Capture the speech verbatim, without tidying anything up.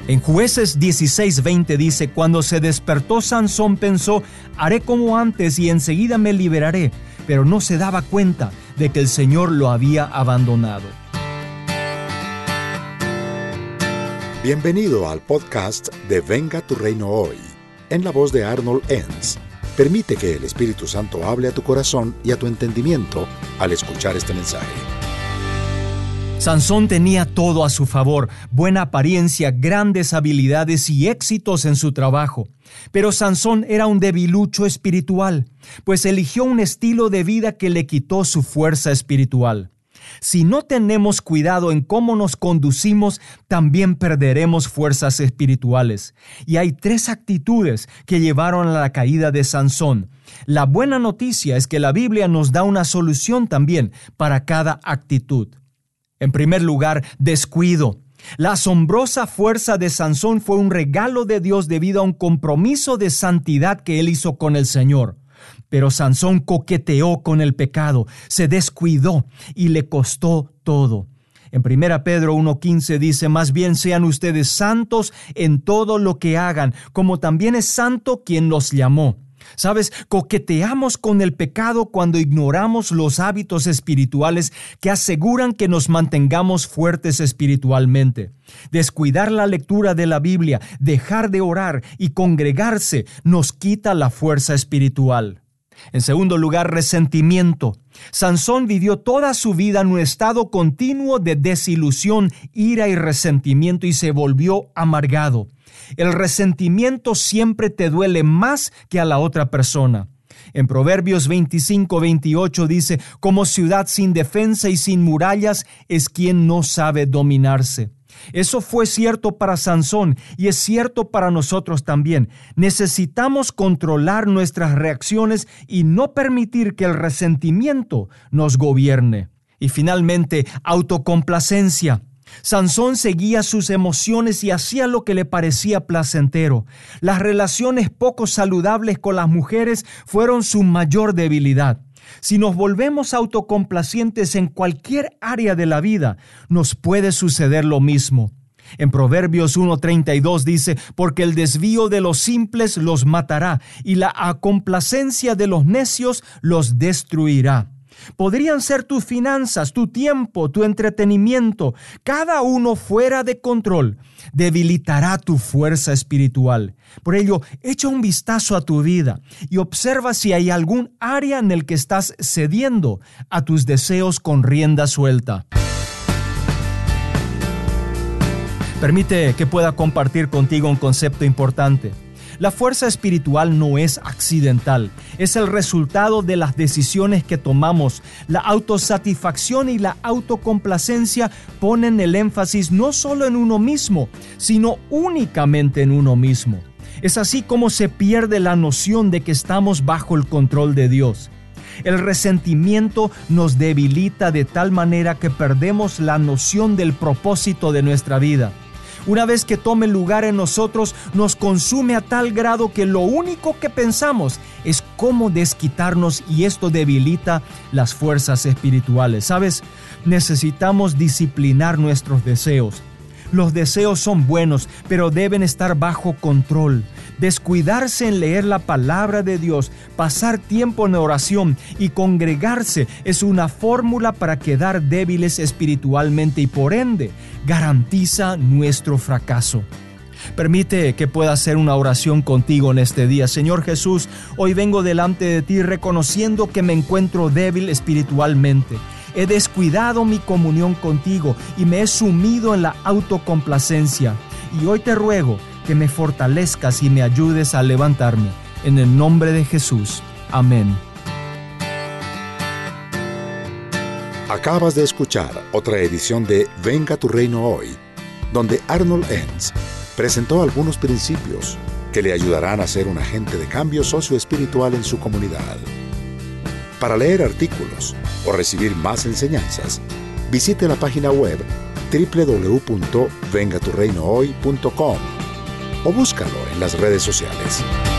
En Jueces dieciséis veinte dice: cuando se despertó Sansón pensó, haré como antes y enseguida me liberaré, pero no se daba cuenta de que el Señor lo había abandonado. Bienvenido al podcast de Venga tu Reino Hoy, en la voz de Arnold Enns. Permite que el Espíritu Santo hable a tu corazón y a tu entendimiento al escuchar este mensaje. Sansón tenía todo a su favor: buena apariencia, grandes habilidades y éxitos en su trabajo. Pero Sansón era un debilucho espiritual, pues eligió un estilo de vida que le quitó su fuerza espiritual. Si no tenemos cuidado en cómo nos conducimos, también perderemos fuerzas espirituales. Y hay tres actitudes que llevaron a la caída de Sansón. La buena noticia es que la Biblia nos da una solución también para cada actitud. En primer lugar, descuido. La asombrosa fuerza de Sansón fue un regalo de Dios debido a un compromiso de santidad que él hizo con el Señor. Pero Sansón coqueteó con el pecado, se descuidó y le costó todo. En primera Pedro uno quince dice: más bien sean ustedes santos en todo lo que hagan, como también es santo quien los llamó. ¿Sabes? Coqueteamos con el pecado cuando ignoramos los hábitos espirituales que aseguran que nos mantengamos fuertes espiritualmente. Descuidar la lectura de la Biblia, dejar de orar y congregarse nos quita la fuerza espiritual. En segundo lugar, resentimiento. Sansón vivió toda su vida en un estado continuo de desilusión, ira y resentimiento y se volvió amargado. El resentimiento siempre te duele más que a la otra persona. En Proverbios veinticinco veintiocho dice: como ciudad sin defensa y sin murallas es quien no sabe dominarse. Eso fue cierto para Sansón y es cierto para nosotros también. Necesitamos controlar nuestras reacciones y no permitir que el resentimiento nos gobierne. Y finalmente, autocomplacencia. Sansón seguía sus emociones y hacía lo que le parecía placentero. Las relaciones poco saludables con las mujeres fueron su mayor debilidad. Si nos volvemos autocomplacientes en cualquier área de la vida, nos puede suceder lo mismo. En Proverbios uno treinta y dos dice: porque el desvío de los simples los matará y la acomplacencia de los necios los destruirá. Podrían ser tus finanzas, tu tiempo, tu entretenimiento, cada uno fuera de control. Debilitará tu fuerza espiritual. Por ello, echa un vistazo a tu vida y observa si hay algún área en el que estás cediendo a tus deseos con rienda suelta. Permite que pueda compartir contigo un concepto importante. La fuerza espiritual no es accidental, es el resultado de las decisiones que tomamos. La autosatisfacción y la autocomplacencia ponen el énfasis no solo en uno mismo, sino únicamente en uno mismo. Es así como se pierde la noción de que estamos bajo el control de Dios. El resentimiento nos debilita de tal manera que perdemos la noción del propósito de nuestra vida. Una vez que tome lugar en nosotros, nos consume a tal grado que lo único que pensamos es cómo desquitarnos, y esto debilita las fuerzas espirituales. ¿Sabes? Necesitamos disciplinar nuestros deseos. Los deseos son buenos, pero deben estar bajo control. Descuidarse en leer la palabra de Dios, pasar tiempo en oración y congregarse es una fórmula para quedar débiles espiritualmente y por ende garantiza nuestro fracaso. Permite que pueda hacer una oración contigo en este día. Señor Jesús, hoy vengo delante de ti reconociendo que me encuentro débil espiritualmente. He descuidado mi comunión contigo y me he sumido en la autocomplacencia. Y hoy te ruego que me fortalezcas y me ayudes a levantarme. En el nombre de Jesús. Amén. Acabas de escuchar otra edición de Venga tu Reino Hoy, donde Arnold Enns presentó algunos principios que le ayudarán a ser un agente de cambio socioespiritual en su comunidad. Para leer artículos o recibir más enseñanzas, visite la página web doble u doble u doble u punto venga tu reino hoy punto com o búscalo en las redes sociales.